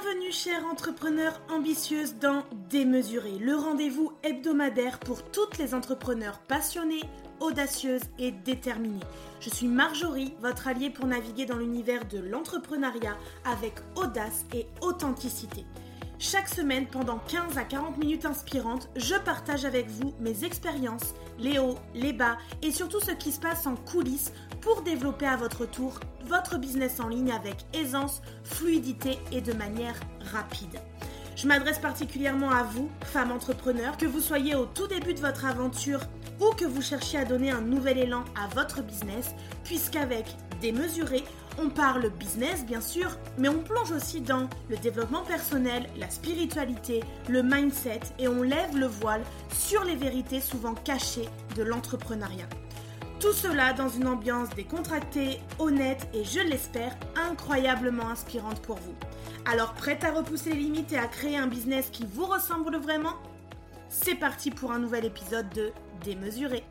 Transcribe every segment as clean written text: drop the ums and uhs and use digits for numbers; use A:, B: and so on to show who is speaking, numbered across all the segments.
A: Bienvenue chères entrepreneurs ambitieuses dans Démesuré, le rendez-vous hebdomadaire pour toutes les entrepreneurs passionnées, audacieuses et déterminées. Je suis Marjorie, votre alliée pour naviguer dans l'univers de l'entrepreneuriat avec audace et authenticité. Chaque semaine, pendant 15 à 40 minutes inspirantes, je partage avec vous mes expériences, les hauts, les bas et surtout ce qui se passe en coulisses pour développer à votre tour votre business en ligne avec aisance, fluidité et de manière rapide. Je m'adresse particulièrement à vous, femmes entrepreneurs, que vous soyez au tout début de votre aventure ou que vous cherchiez à donner un nouvel élan à votre business, puisqu'avec Démesuré, on parle business bien sûr, mais on plonge aussi dans le développement personnel, la spiritualité, le mindset et on lève le voile sur les vérités souvent cachées de l'entrepreneuriat. Tout cela dans une ambiance décontractée, honnête et je l'espère, incroyablement inspirante pour vous. Alors prête à repousser les limites et à créer un business qui vous ressemble vraiment ? C'est parti pour un nouvel épisode de Démesuré.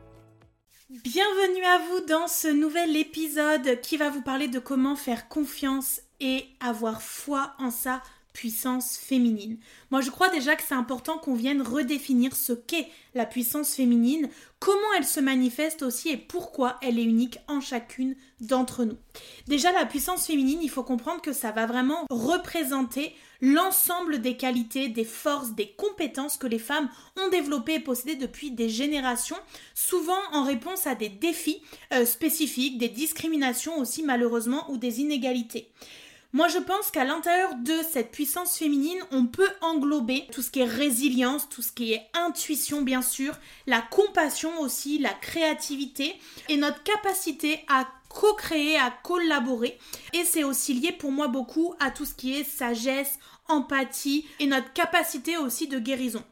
A: Bienvenue à vous dans ce nouvel épisode qui va vous parler de comment faire confiance et avoir foi en sa puissance féminine. Moi, je crois déjà que c'est important qu'on vienne redéfinir ce qu'est la puissance féminine, comment elle se manifeste aussi et pourquoi elle est unique en chacune d'entre nous. Déjà, la puissance féminine, il faut comprendre que ça va vraiment représenter l'ensemble des qualités, des forces, des compétences que les femmes ont développées et possédées depuis des générations, souvent en réponse à des défis spécifiques, des discriminations aussi malheureusement ou des inégalités. Moi, je pense qu'à l'intérieur de cette puissance féminine, on peut englober tout ce qui est résilience, tout ce qui est intuition, bien sûr, la compassion aussi, la créativité et notre capacité à co-créer, à collaborer. Et c'est aussi lié pour moi beaucoup à tout ce qui est sagesse, empathie et notre capacité aussi de guérison.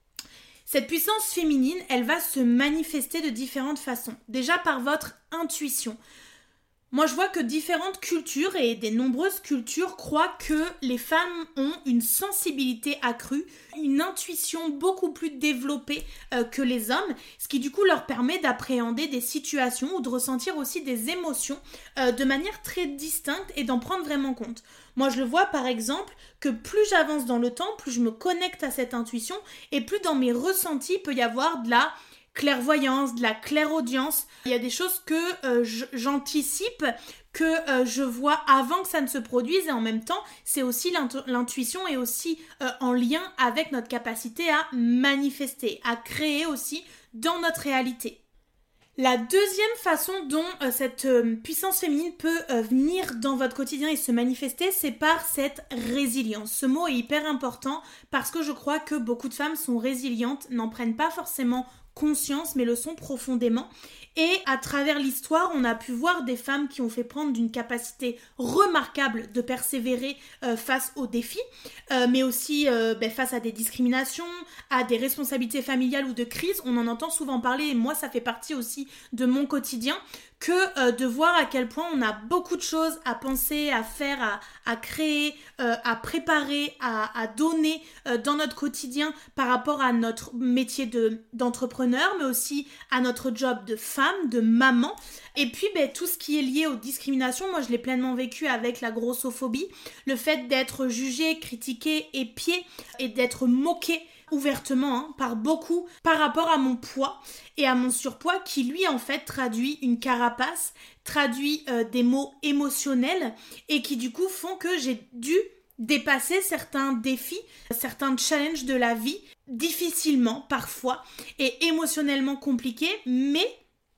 A: Cette puissance féminine, elle va se manifester de différentes façons. Déjà par votre intuition. Moi, je vois que différentes cultures et des nombreuses cultures croient que les femmes ont une sensibilité accrue, une intuition beaucoup plus développée que les hommes, ce qui du coup leur permet d'appréhender des situations ou de ressentir aussi des émotions de manière très distincte et d'en prendre vraiment compte. Moi, je le vois par exemple que plus j'avance dans le temps, plus je me connecte à cette intuition et plus dans mes ressentis il peut y avoir de la clairvoyance, de la clairaudience. Il y a des choses que j'anticipe, que je vois avant que ça ne se produise et en même temps, c'est aussi l'intuition et aussi en lien avec notre capacité à manifester, à créer aussi dans notre réalité. La deuxième façon dont cette puissance féminine peut venir dans votre quotidien et se manifester, c'est par cette résilience. Ce mot est hyper important parce que je crois que beaucoup de femmes sont résilientes, n'en prennent pas forcément conscience, mais le sont profondément. Et à travers l'histoire, on a pu voir des femmes qui ont fait prendre d'une capacité remarquable de persévérer face aux défis, mais aussi face à des discriminations, à des responsabilités familiales ou de crises. On en entend souvent parler et moi, ça fait partie aussi de mon quotidien que de voir à quel point on a beaucoup de choses à penser, à faire, à créer, à préparer, à donner dans notre quotidien par rapport à notre métier d'entrepreneur, mais aussi à notre job de femme, de maman. Et puis tout ce qui est lié aux discriminations, moi je l'ai pleinement vécu avec la grossophobie, le fait d'être jugée, critiquée, épiée et d'être moquée ouvertement par beaucoup par rapport à mon poids et à mon surpoids qui lui en fait traduit une carapace, traduit des mots émotionnels et qui du coup font que j'ai dû dépasser certains défis, certains challenges de la vie difficilement parfois et émotionnellement compliqués, mais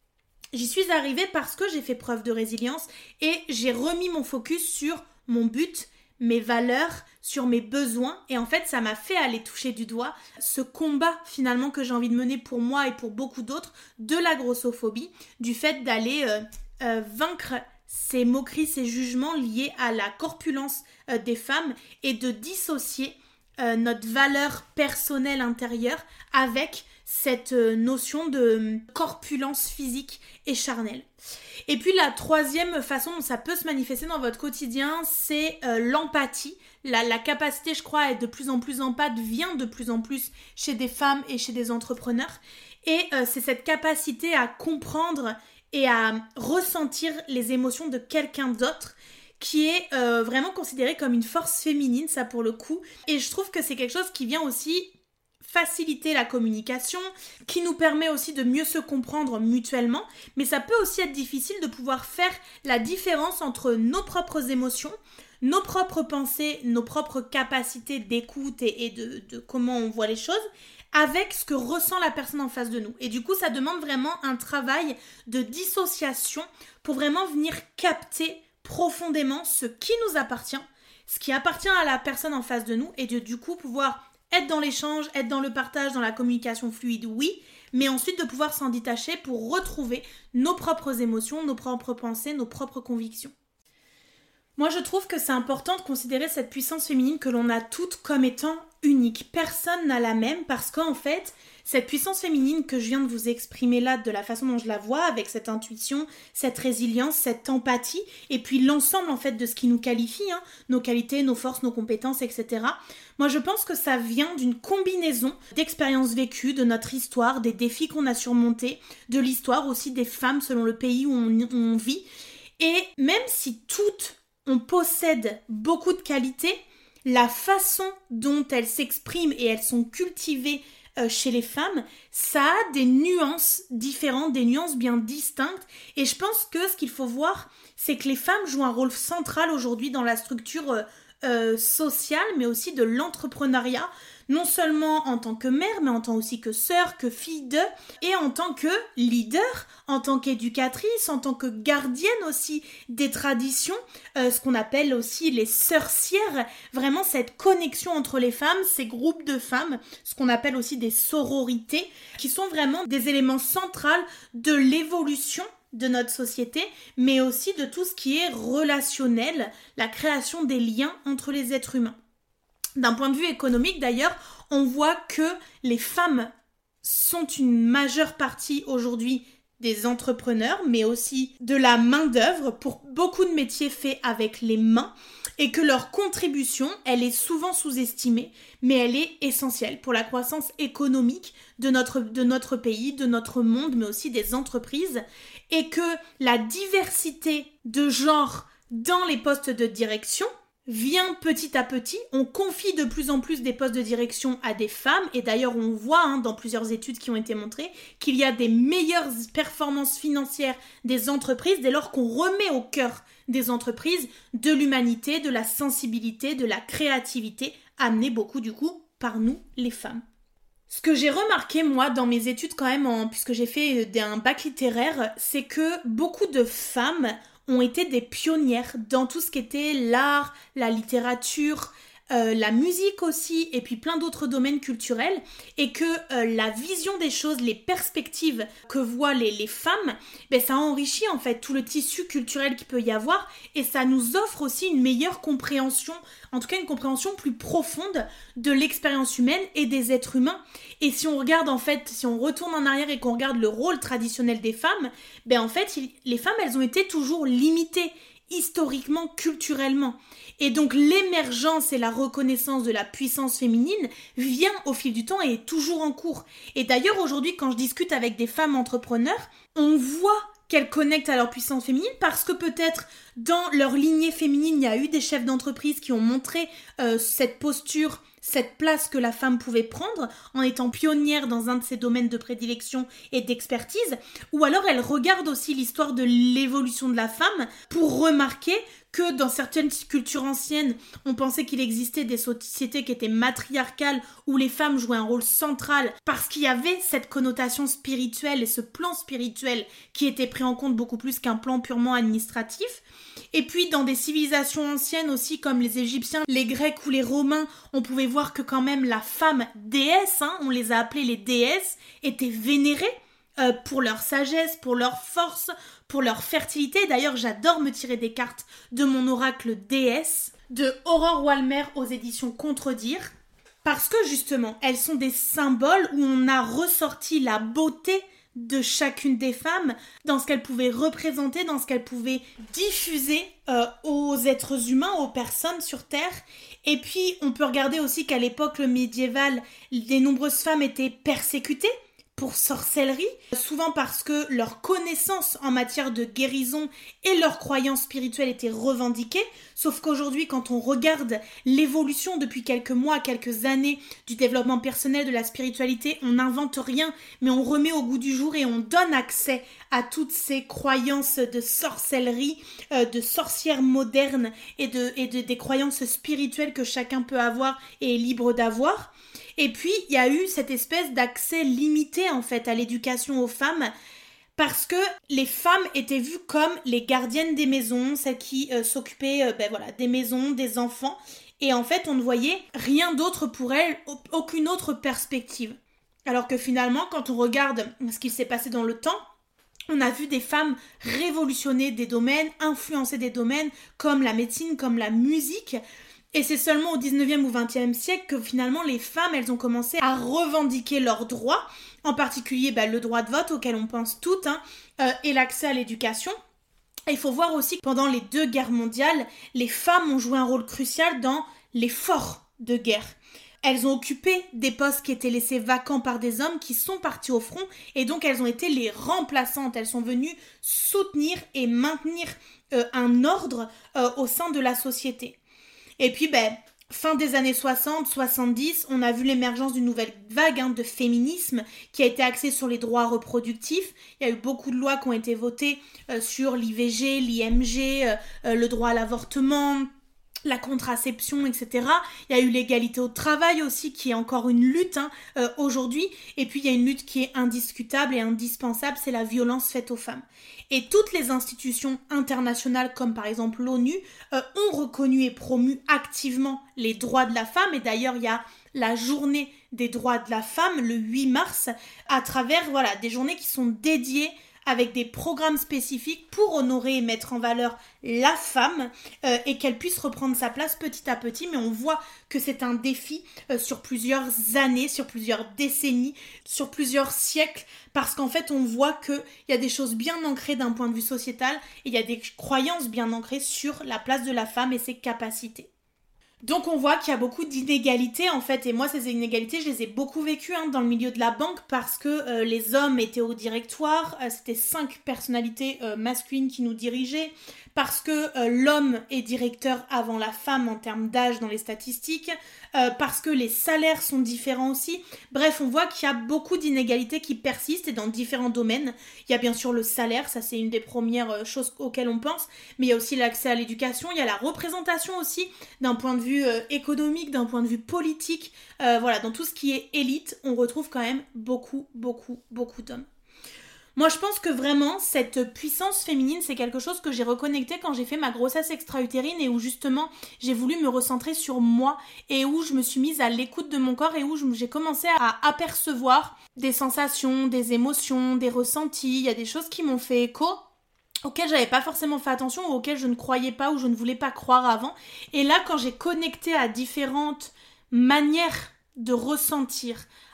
A: j'y suis arrivée parce que j'ai fait preuve de résilience et j'ai remis mon focus sur mon but, mes valeurs, sur mes besoins et en fait ça m'a fait aller toucher du doigt ce combat finalement que j'ai envie de mener pour moi et pour beaucoup d'autres de la grossophobie, du fait d'aller vaincre ces moqueries, ces jugements liés à la corpulence des femmes et de dissocier notre valeur personnelle intérieure avec cette notion de corpulence physique et charnelle. Et puis la troisième façon dont ça peut se manifester dans votre quotidien, c'est l'empathie. La capacité, je crois, à être de plus en plus empathe vient de plus en plus chez des femmes et chez des entrepreneurs. Et c'est cette capacité à comprendre et à ressentir les émotions de quelqu'un d'autre qui est vraiment considérée comme une force féminine, ça pour le coup. Et je trouve que c'est quelque chose qui vient aussi faciliter la communication, qui nous permet aussi de mieux se comprendre mutuellement, mais ça peut aussi être difficile de pouvoir faire la différence entre nos propres émotions, nos propres pensées, nos propres capacités d'écoute et de comment on voit les choses, avec ce que ressent la personne en face de nous. Et du coup, ça demande vraiment un travail de dissociation pour vraiment venir capter profondément ce qui nous appartient, ce qui appartient à la personne en face de nous, et de du coup pouvoir être dans l'échange, être dans le partage, dans la communication fluide, oui, mais ensuite de pouvoir s'en détacher pour retrouver nos propres émotions, nos propres pensées, nos propres convictions. Moi, je trouve que c'est important de considérer cette puissance féminine que l'on a toutes comme étant unique. Personne n'a la même parce qu'en fait, cette puissance féminine que je viens de vous exprimer là, de la façon dont je la vois, avec cette intuition, cette résilience, cette empathie, et puis l'ensemble en fait de ce qui nous qualifie, nos qualités, nos forces, nos compétences, etc. Moi, je pense que ça vient d'une combinaison d'expériences vécues, de notre histoire, des défis qu'on a surmontés, de l'histoire aussi des femmes selon le pays où on vit. Et même si toutes on possède beaucoup de qualités, la façon dont elles s'expriment et elles sont cultivées chez les femmes, ça a des nuances différentes, des nuances bien distinctes. Et je pense que ce qu'il faut voir, c'est que les femmes jouent un rôle central aujourd'hui dans la structure sociale, mais aussi de l'entrepreneuriat, non seulement en tant que mère, mais en tant aussi que sœur, que fille de, et en tant que leader, en tant qu'éducatrice, en tant que gardienne aussi des traditions, ce qu'on appelle aussi les sorcières, vraiment cette connexion entre les femmes, ces groupes de femmes, ce qu'on appelle aussi des sororités, qui sont vraiment des éléments centraux de l'évolution de notre société, mais aussi de tout ce qui est relationnel, la création des liens entre les êtres humains. D'un point de vue économique d'ailleurs, on voit que les femmes sont une majeure partie aujourd'hui des entrepreneurs, mais aussi de la main-d'œuvre pour beaucoup de métiers faits avec les mains, et que leur contribution, elle est souvent sous-estimée, mais elle est essentielle pour la croissance économique de notre pays, de notre monde, mais aussi des entreprises, et que la diversité de genre dans les postes de direction vient petit à petit, on confie de plus en plus des postes de direction à des femmes, et d'ailleurs on voit dans plusieurs études qui ont été montrées qu'il y a des meilleures performances financières des entreprises dès lors qu'on remet au cœur des entreprises de l'humanité, de la sensibilité, de la créativité, amenée beaucoup du coup par nous les femmes. Ce que j'ai remarqué moi dans mes études quand même, puisque j'ai fait un bac littéraire, c'est que beaucoup de femmes ont été des pionnières dans tout ce qui était l'art, la littérature, la musique aussi, et puis plein d'autres domaines culturels, et que la vision des choses, les perspectives que voient les femmes, ça enrichit en fait tout le tissu culturel qu'il peut y avoir, et ça nous offre aussi une meilleure compréhension, en tout cas une compréhension plus profonde de l'expérience humaine et des êtres humains. Et si on regarde en fait, si on retourne en arrière et qu'on regarde le rôle traditionnel des femmes, en fait les femmes elles ont été toujours limitées historiquement, culturellement. Et donc l'émergence et la reconnaissance de la puissance féminine vient au fil du temps et est toujours en cours. Et d'ailleurs aujourd'hui quand je discute avec des femmes entrepreneurs, on voit qu'elles connectent à leur puissance féminine parce que peut-être dans leur lignée féminine, il y a eu des chefs d'entreprise qui ont montré cette posture, cette place que la femme pouvait prendre en étant pionnière dans un de ses domaines de prédilection et d'expertise, ou alors elle regarde aussi l'histoire de l'évolution de la femme pour remarquer que dans certaines cultures anciennes, on pensait qu'il existait des sociétés qui étaient matriarcales où les femmes jouaient un rôle central parce qu'il y avait cette connotation spirituelle et ce plan spirituel qui était pris en compte beaucoup plus qu'un plan purement administratif. Et puis dans des civilisations anciennes aussi comme les Égyptiens, les Grecs ou les Romains, on pouvait voir que quand même la femme déesse, on les a appelées les déesses, était vénérée pour leur sagesse, pour leur force, pour leur fertilité. D'ailleurs, j'adore me tirer des cartes de mon oracle déesse, de Aurore Walmer aux éditions Contredire, parce que justement, elles sont des symboles où on a ressorti la beauté de chacune des femmes, dans ce qu'elles pouvaient représenter, dans ce qu'elles pouvaient diffuser aux êtres humains, aux personnes sur Terre. Et puis, on peut regarder aussi qu'à l'époque médiévale, de nombreuses femmes étaient persécutées pour sorcellerie, souvent parce que leur connaissance en matière de guérison et leurs croyances spirituelles étaient revendiquées, sauf qu'aujourd'hui, quand on regarde l'évolution depuis quelques mois, quelques années du développement personnel, de la spiritualité, on n'invente rien, mais on remet au goût du jour et on donne accès à toutes ces croyances de sorcellerie, de sorcières modernes et des croyances spirituelles que chacun peut avoir et est libre d'avoir. Et puis, il y a eu cette espèce d'accès limité, en fait, à l'éducation aux femmes, parce que les femmes étaient vues comme les gardiennes des maisons, celles qui s'occupaient des maisons, des enfants, et en fait, on ne voyait rien d'autre pour elles, aucune autre perspective. Alors que finalement, quand on regarde ce qui s'est passé dans le temps, on a vu des femmes révolutionner des domaines, influencer des domaines comme la médecine, comme la musique. Et c'est seulement au 19e ou 20e siècle que finalement les femmes, elles ont commencé à revendiquer leurs droits, en particulier le droit de vote auquel on pense toutes, et l'accès à l'éducation. Et il faut voir aussi que pendant les 2 guerres mondiales, les femmes ont joué un rôle crucial dans l'effort de guerre. Elles ont occupé des postes qui étaient laissés vacants par des hommes qui sont partis au front et donc elles ont été les remplaçantes. Elles sont venues soutenir et maintenir un ordre au sein de la société. Et puis, fin des années 60, 70, on a vu l'émergence d'une nouvelle vague de féminisme qui a été axée sur les droits reproductifs. Il y a eu beaucoup de lois qui ont été votées sur l'IVG, l'IMG, le droit à l'avortement, la contraception, etc. Il y a eu l'égalité au travail aussi, qui est encore une lutte aujourd'hui. Et puis, il y a une lutte qui est indiscutable et indispensable, c'est la violence faite aux femmes. Et toutes les institutions internationales, comme par exemple l'ONU, ont reconnu et promu activement les droits de la femme. Et d'ailleurs, il y a la journée des droits de la femme, le 8 mars, à travers des journées qui sont dédiées avec des programmes spécifiques pour honorer et mettre en valeur la femme et qu'elle puisse reprendre sa place petit à petit. Mais on voit que c'est un défi sur plusieurs années, sur plusieurs décennies, sur plusieurs siècles, parce qu'en fait on voit qu'il y a des choses bien ancrées d'un point de vue sociétal et il y a des croyances bien ancrées sur la place de la femme et ses capacités. Donc on voit qu'il y a beaucoup d'inégalités en fait, et moi ces inégalités je les ai beaucoup vécues dans le milieu de la banque parce que les hommes étaient au directoire, c'était 5 personnalités masculines qui nous dirigeaient, parce que l'homme est directeur avant la femme en termes d'âge dans les statistiques, parce que les salaires sont différents aussi. Bref, on voit qu'il y a beaucoup d'inégalités qui persistent et dans différents domaines. Il y a bien sûr le salaire, ça c'est une des premières choses auxquelles on pense, mais il y a aussi l'accès à l'éducation, il y a la représentation aussi d'un point de vue économique, d'un point de vue politique. Dans tout ce qui est élite, on retrouve quand même beaucoup d'hommes. Moi, je pense que vraiment, cette puissance féminine, c'est quelque chose que j'ai reconnecté quand j'ai fait ma grossesse extra-utérine et où justement, j'ai voulu me recentrer sur moi et où je me suis mise à l'écoute de mon corps et où j'ai commencé à apercevoir des sensations, des émotions, des ressentis. Il y a des choses qui m'ont fait écho, auxquelles j'avais pas forcément fait attention ou auxquelles je ne croyais pas ou je ne voulais pas croire avant. Et là, quand j'ai connecté à différentes manières de ressentir,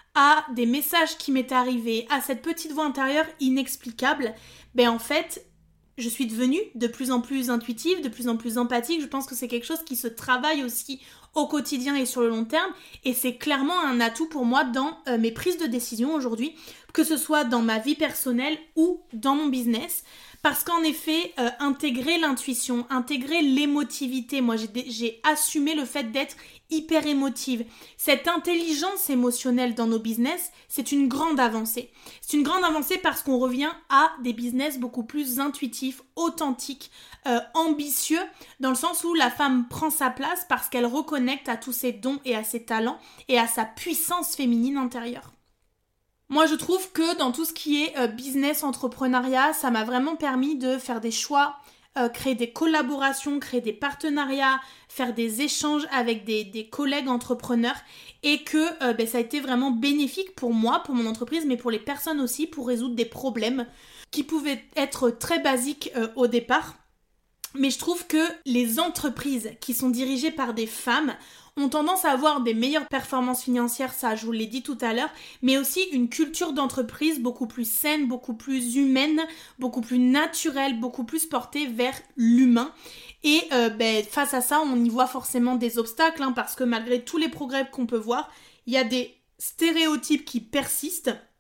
A: à des messages qui m'étaient arrivés, à cette petite voix intérieure inexplicable, en fait, je suis devenue de plus en plus intuitive, de plus en plus empathique. Je pense que c'est quelque chose qui se travaille aussi au quotidien et sur le long terme, et c'est clairement un atout pour moi dans mes prises de décision aujourd'hui, que ce soit dans ma vie personnelle ou dans mon business. Parce qu'en effet, intégrer l'intuition, intégrer l'émotivité, moi j'ai assumé le fait d'être hyper émotive. Cette intelligence émotionnelle dans nos business, c'est une grande avancée. C'est une grande avancée parce qu'on revient à des business beaucoup plus intuitifs, authentiques, ambitieux, dans le sens où la femme prend sa place parce qu'elle reconnecte à tous ses dons et à ses talents et à sa puissance féminine intérieure. Moi, je trouve que dans tout ce qui est business, entrepreneuriat, ça m'a vraiment permis de faire des choix, créer des collaborations, créer des partenariats, faire des échanges avec des collègues entrepreneurs et que ça a été vraiment bénéfique pour moi, pour mon entreprise, mais pour les personnes aussi, pour résoudre des problèmes qui pouvaient être très basiques au départ. Mais je trouve que les entreprises qui sont dirigées par des femmes ont tendance à avoir des meilleures performances financières, ça je vous l'ai dit tout à l'heure, mais aussi une culture d'entreprise beaucoup plus saine, beaucoup plus humaine, beaucoup plus naturelle, beaucoup plus portée vers l'humain. Et face à ça, on y voit forcément des obstacles, parce que malgré tous les progrès qu'on peut voir, il y a des stéréotypes qui persistent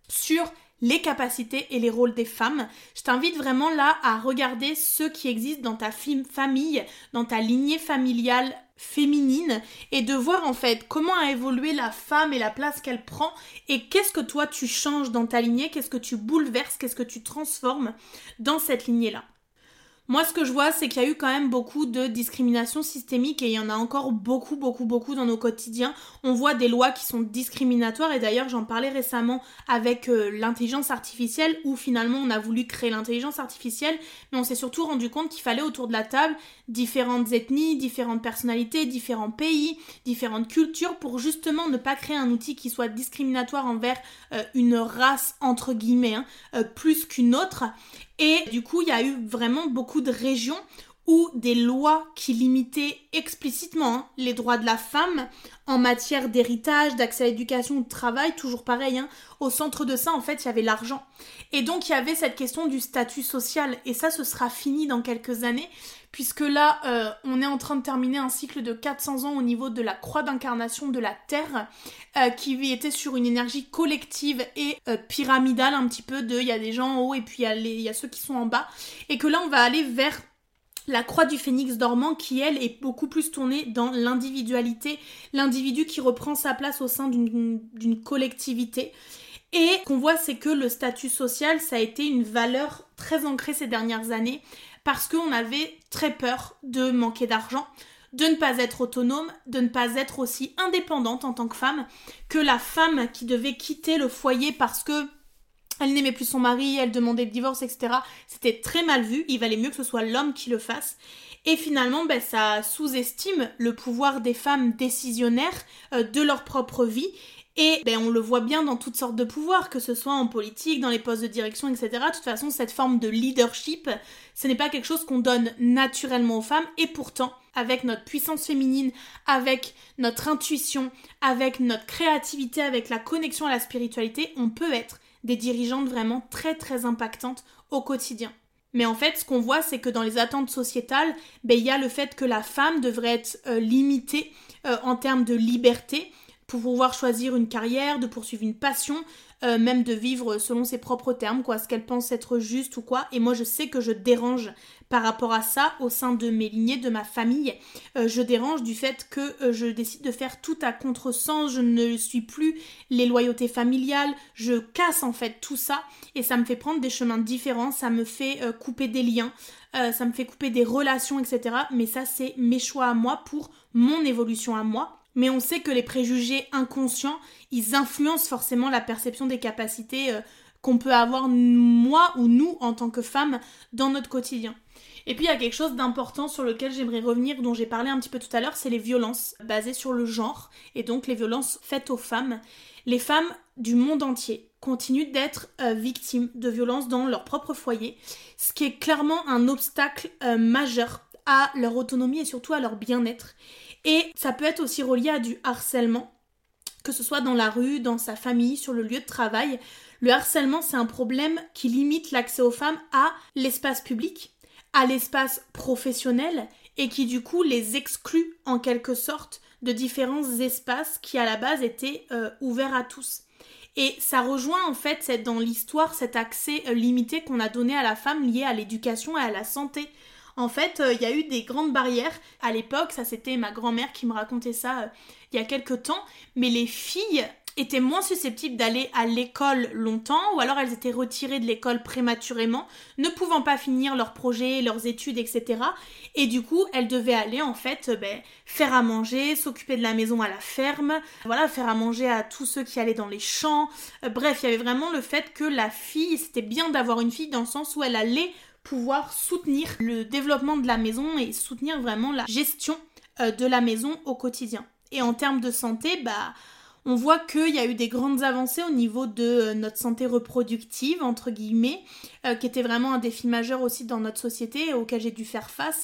A: sur les capacités et les rôles des femmes. Je t'invite vraiment là à regarder ce qui existe dans ta famille, dans ta lignée familiale féminine et de voir en fait comment a évolué la femme et la place qu'elle prend et qu'est-ce que toi tu changes dans ta lignée, qu'est-ce que tu bouleverses, qu'est-ce que tu transformes dans cette lignée-là. Moi, ce que je vois, c'est qu'il y a eu quand même beaucoup de discrimination systémique et il y en a encore beaucoup dans nos quotidiens. On voit des lois qui sont discriminatoires et d'ailleurs, j'en parlais récemment avec l'intelligence artificielle où finalement on a voulu créer l'intelligence artificielle, mais on s'est surtout rendu compte qu'il fallait autour de la table différentes ethnies, différentes personnalités, différents pays, différentes cultures pour justement ne pas créer un outil qui soit discriminatoire envers une race entre guillemets, plus qu'une autre. Et du coup, il y a eu vraiment beaucoup de régions où des lois qui limitaient explicitement les droits de la femme en matière d'héritage, d'accès à l'éducation, de travail, toujours pareil, au centre de ça, en fait, il y avait l'argent. Et donc, il y avait cette question du statut social. Et ça, ce sera fini dans quelques années, puisque là, on est en train de terminer un cycle de 400 ans au niveau de la croix d'incarnation de la Terre, qui était sur une énergie collective et pyramidale un petit peu il y a des gens en haut et puis il y a ceux qui sont en bas. Et que là, on va aller vers la croix du phénix dormant qui, elle, est beaucoup plus tournée dans l'individualité, l'individu qui reprend sa place au sein d'une collectivité. Et ce qu'on voit, c'est que le statut social, ça a été une valeur très ancrée ces dernières années parce qu'on avait très peur de manquer d'argent, de ne pas être autonome, de ne pas être aussi indépendante en tant que femme, que la femme qui devait quitter le foyer parce que elle n'aimait plus son mari, elle demandait le divorce, etc. C'était très mal vu, il valait mieux que ce soit l'homme qui le fasse. Et finalement, ça sous-estime le pouvoir des femmes décisionnaires de leur propre vie. Et on le voit bien dans toutes sortes de pouvoirs, que ce soit en politique, dans les postes de direction, etc. De toute façon, cette forme de leadership, ce n'est pas quelque chose qu'on donne naturellement aux femmes. Et pourtant, avec notre puissance féminine, avec notre intuition, avec notre créativité, avec la connexion à la spiritualité, on peut être des dirigeantes vraiment très impactantes au quotidien. Mais en fait, ce qu'on voit, c'est que dans les attentes sociétales, il y a le fait que la femme devrait être limitée en termes de liberté, pour pouvoir choisir une carrière, de poursuivre une passion, même de vivre selon ses propres termes, ce qu'elle pense être juste ou quoi. Et moi, je sais que je dérange par rapport à ça au sein de mes lignées, de ma famille. Je dérange du fait que je décide de faire tout à contresens, je ne suis plus les loyautés familiales, je casse en fait tout ça et ça me fait prendre des chemins différents, ça me fait couper des liens, ça me fait couper des relations, etc. Mais ça, c'est mes choix à moi pour mon évolution à moi. Mais on sait que les préjugés inconscients, ils influencent forcément la perception des capacités qu'on peut avoir moi ou nous en tant que femmes dans notre quotidien. Et puis il y a quelque chose d'important sur lequel j'aimerais revenir, dont j'ai parlé un petit peu tout à l'heure, c'est les violences basées sur le genre et donc les violences faites aux femmes. Les femmes du monde entier continuent d'être victimes de violences dans leur propre foyer, ce qui est clairement un obstacle majeur à leur autonomie et surtout à leur bien-être. Et ça peut être aussi relié à du harcèlement, que ce soit dans la rue, dans sa famille, sur le lieu de travail. Le harcèlement, c'est un problème qui limite l'accès aux femmes à l'espace public, à l'espace professionnel, et qui du coup les exclut en quelque sorte de différents espaces qui à la base étaient ouverts à tous. Et ça rejoint en fait dans l'histoire cet accès limité qu'on a donné à la femme lié à l'éducation et à la santé. En fait, il y a eu des grandes barrières. À l'époque, ça c'était ma grand-mère qui me racontait ça il y a quelques temps, mais les filles étaient moins susceptibles d'aller à l'école longtemps, ou alors elles étaient retirées de l'école prématurément, ne pouvant pas finir leurs projets, leurs études, etc. Et du coup, elles devaient aller en fait faire à manger, s'occuper de la maison à la ferme, faire à manger à tous ceux qui allaient dans les champs. Bref, il y avait vraiment le fait que la fille, c'était bien d'avoir une fille dans le sens où elle allait pouvoir soutenir le développement de la maison et soutenir vraiment la gestion de la maison au quotidien. Et en termes de santé, on voit qu'il y a eu des grandes avancées au niveau de notre santé reproductive, entre guillemets, qui était vraiment un défi majeur aussi dans notre société auquel j'ai dû faire face,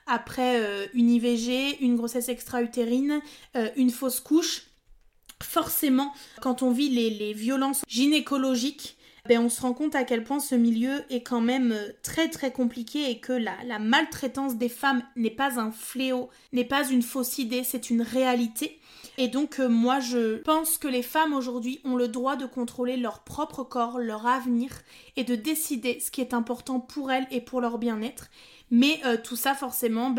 A: après une IVG, une grossesse extra-utérine, une fausse couche. Forcément, quand on vit les violences gynécologiques, on se rend compte à quel point ce milieu est quand même très très compliqué et que la maltraitance des femmes n'est pas un fléau, n'est pas une fausse idée, c'est une réalité. Et donc moi je pense que les femmes aujourd'hui ont le droit de contrôler leur propre corps, leur avenir et de décider ce qui est important pour elles et pour leur bien-être. Mais tout ça forcément,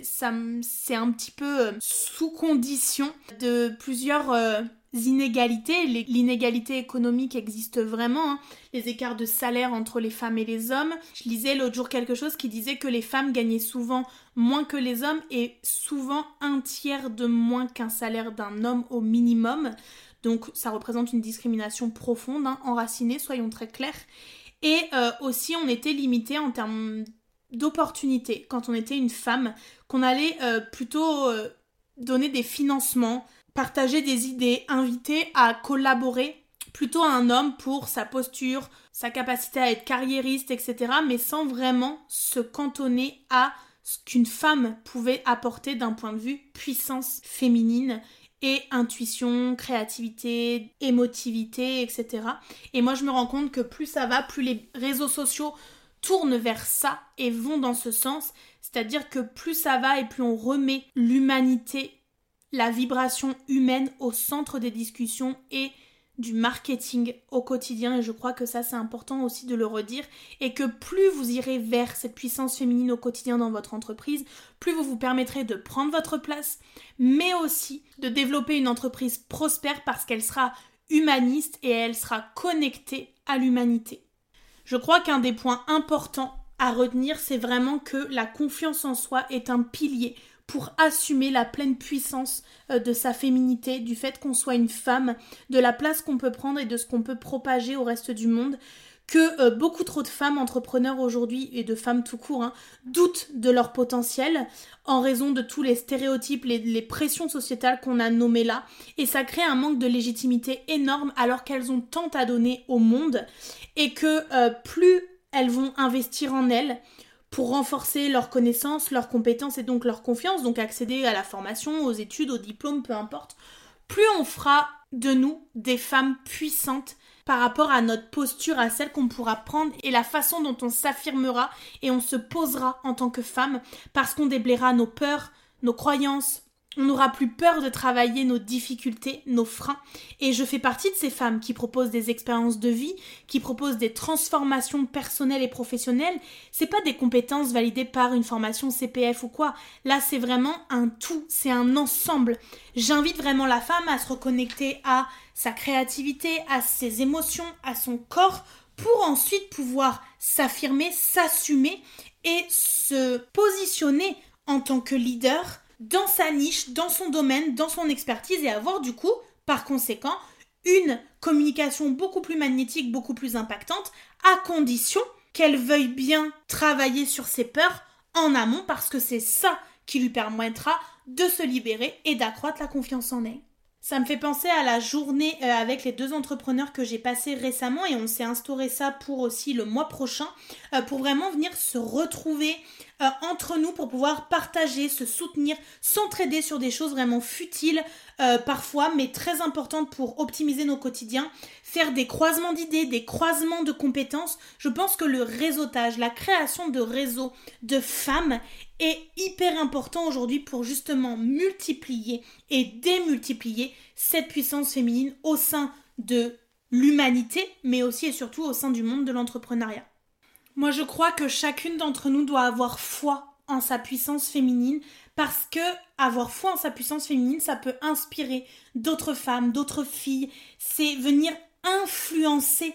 A: c'est un petit peu sous condition de plusieurs inégalités. L'inégalité économique existe vraiment, hein. Les écarts de salaire entre les femmes et les hommes. Je lisais l'autre jour quelque chose qui disait que les femmes gagnaient souvent moins que les hommes et souvent 1/3 de moins qu'un salaire d'un homme au minimum. Donc ça représente une discrimination profonde, hein, enracinée, soyons très clairs. Et aussi on était limité en termes d'opportunités quand on était une femme, qu'on allait plutôt donner des financements, partager des idées, inviter à collaborer plutôt à un homme pour sa posture, sa capacité à être carriériste, etc. mais sans vraiment se cantonner à ce qu'une femme pouvait apporter d'un point de vue puissance féminine et intuition, créativité, émotivité, etc. Et moi je me rends compte que plus ça va, plus les réseaux sociaux tournent vers ça et vont dans ce sens, c'est-à-dire que plus ça va et plus on remet l'humanité, la vibration humaine au centre des discussions et du marketing au quotidien, et je crois que ça c'est important aussi de le redire, et que plus vous irez vers cette puissance féminine au quotidien dans votre entreprise, plus vous vous permettrez de prendre votre place, mais aussi de développer une entreprise prospère parce qu'elle sera humaniste et elle sera connectée à l'humanité. Je crois qu'un des points importants à retenir, c'est vraiment que la confiance en soi est un pilier pour assumer la pleine puissance de sa féminité, du fait qu'on soit une femme, de la place qu'on peut prendre et de ce qu'on peut propager au reste du monde, que beaucoup trop de femmes entrepreneurs aujourd'hui, et de femmes tout court, doutent de leur potentiel en raison de tous les stéréotypes, les pressions sociétales qu'on a nommées là, et ça crée un manque de légitimité énorme alors qu'elles ont tant à donner au monde, et que plus elles vont investir en elles pour renforcer leurs connaissances, leurs compétences et donc leur confiance, donc accéder à la formation, aux études, aux diplômes, peu importe, plus on fera de nous des femmes puissantes par rapport à notre posture, à celle qu'on pourra prendre et la façon dont on s'affirmera et on se posera en tant que femme, parce qu'on déblayera nos peurs, nos croyances. On n'aura plus peur de travailler nos difficultés, nos freins. Et je fais partie de ces femmes qui proposent des expériences de vie, qui proposent des transformations personnelles et professionnelles. C'est pas des compétences validées par une formation CPF ou quoi. Là, c'est vraiment un tout, c'est un ensemble. J'invite vraiment la femme à se reconnecter à sa créativité, à ses émotions, à son corps, pour ensuite pouvoir s'affirmer, s'assumer et se positionner en tant que leader dans sa niche, dans son domaine, dans son expertise et avoir du coup, par conséquent, une communication beaucoup plus magnétique, beaucoup plus impactante, à condition qu'elle veuille bien travailler sur ses peurs en amont parce que c'est ça qui lui permettra de se libérer et d'accroître la confiance en elle. Ça me fait penser à la journée avec les 2 entrepreneurs que j'ai passé récemment et on s'est instauré ça pour aussi le mois prochain pour vraiment venir se retrouver entre nous pour pouvoir partager, se soutenir, s'entraider sur des choses vraiment futiles parfois mais très importantes pour optimiser nos quotidiens, faire des croisements d'idées, des croisements de compétences. Je pense que le réseautage, la création de réseaux de femmes est hyper important aujourd'hui pour justement multiplier et démultiplier cette puissance féminine au sein de l'humanité, mais aussi et surtout au sein du monde de l'entrepreneuriat. Moi, je crois que chacune d'entre nous doit avoir foi en sa puissance féminine parce que avoir foi en sa puissance féminine, ça peut inspirer d'autres femmes, d'autres filles, c'est venir influencer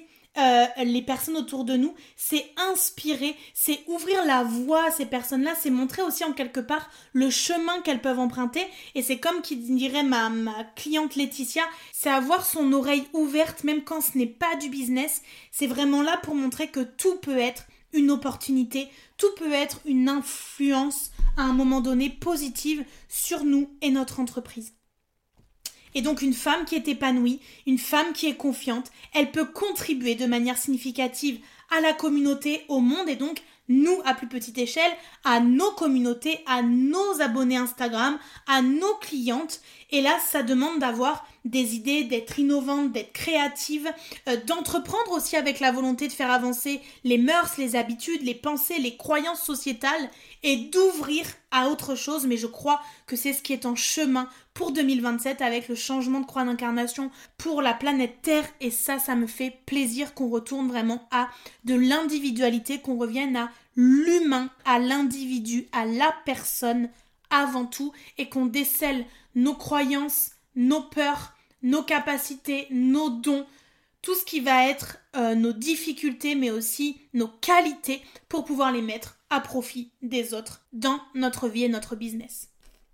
A: les personnes autour de nous, c'est inspirer, c'est ouvrir la voie à ces personnes-là, c'est montrer aussi en quelque part le chemin qu'elles peuvent emprunter et c'est comme qui dirait ma cliente Laetitia, c'est avoir son oreille ouverte même quand ce n'est pas du business, c'est vraiment là pour montrer que tout peut être une opportunité, tout peut être une influence à un moment donné positive sur nous et notre entreprise. Et donc une femme qui est épanouie, une femme qui est confiante, elle peut contribuer de manière significative à la communauté, au monde et donc nous à plus petite échelle, à nos communautés, à nos abonnés Instagram, à nos clientes. Et là, ça demande d'avoir des idées, d'être innovante, d'être créative, d'entreprendre aussi avec la volonté de faire avancer les mœurs, les habitudes, les pensées, les croyances sociétales et d'ouvrir à autre chose. Mais je crois que c'est ce qui est en chemin pour 2027 avec le changement de croix d'incarnation pour la planète Terre. Et ça me fait plaisir qu'on retourne vraiment à de l'individualité, qu'on revienne à l'humain, à l'individu, à la personne avant tout et qu'on décèle nos croyances, nos peurs, nos capacités, nos dons, tout ce qui va être nos difficultés mais aussi nos qualités pour pouvoir les mettre à profit des autres dans notre vie et notre business.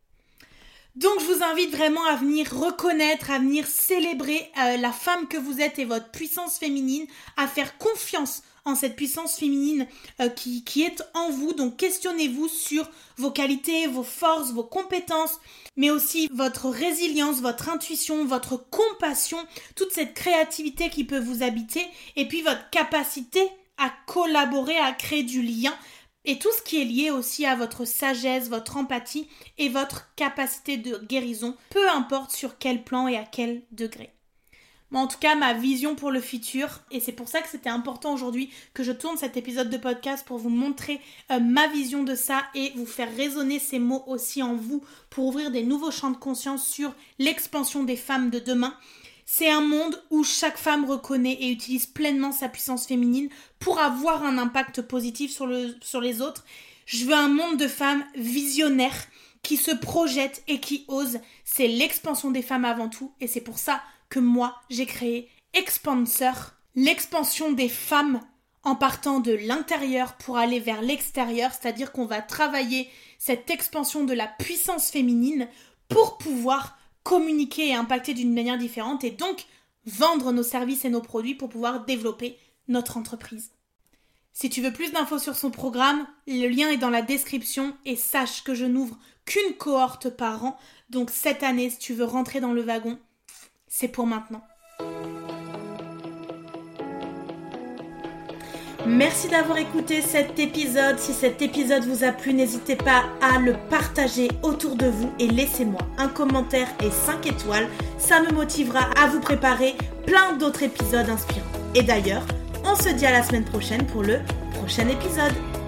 A: Donc je vous invite vraiment à venir reconnaître, à venir célébrer la femme que vous êtes et votre puissance féminine, à faire confiance en cette puissance féminine qui est en vous. Donc questionnez-vous sur vos qualités, vos forces, vos compétences, mais aussi votre résilience, votre intuition, votre compassion, toute cette créativité qui peut vous habiter, et puis votre capacité à collaborer, à créer du lien, et tout ce qui est lié aussi à votre sagesse, votre empathie et votre capacité de guérison, peu importe sur quel plan et à quel degré. Moi, en tout cas, ma vision pour le futur, et c'est pour ça que c'était important aujourd'hui que je tourne cet épisode de podcast pour vous montrer ma vision de ça et vous faire résonner ces mots aussi en vous pour ouvrir des nouveaux champs de conscience sur l'expansion des femmes de demain. C'est un monde où chaque femme reconnaît et utilise pleinement sa puissance féminine pour avoir un impact positif sur les autres. Je veux un monde de femmes visionnaires qui se projettent et qui osent. C'est l'expansion des femmes avant tout et c'est pour ça que moi, j'ai créé Expanser, l'expansion des femmes en partant de l'intérieur pour aller vers l'extérieur, c'est-à-dire qu'on va travailler cette expansion de la puissance féminine pour pouvoir communiquer et impacter d'une manière différente et donc vendre nos services et nos produits pour pouvoir développer notre entreprise. Si tu veux plus d'infos sur son programme, le lien est dans la description et sache que je n'ouvre qu'une cohorte par an. Donc cette année, si tu veux rentrer dans le wagon, c'est pour maintenant. Merci d'avoir écouté cet épisode. Si cet épisode vous a plu, n'hésitez pas à le partager autour de vous et laissez-moi un commentaire et 5 étoiles. Ça me motivera à vous préparer plein d'autres épisodes inspirants. Et d'ailleurs, on se dit à la semaine prochaine pour le prochain épisode.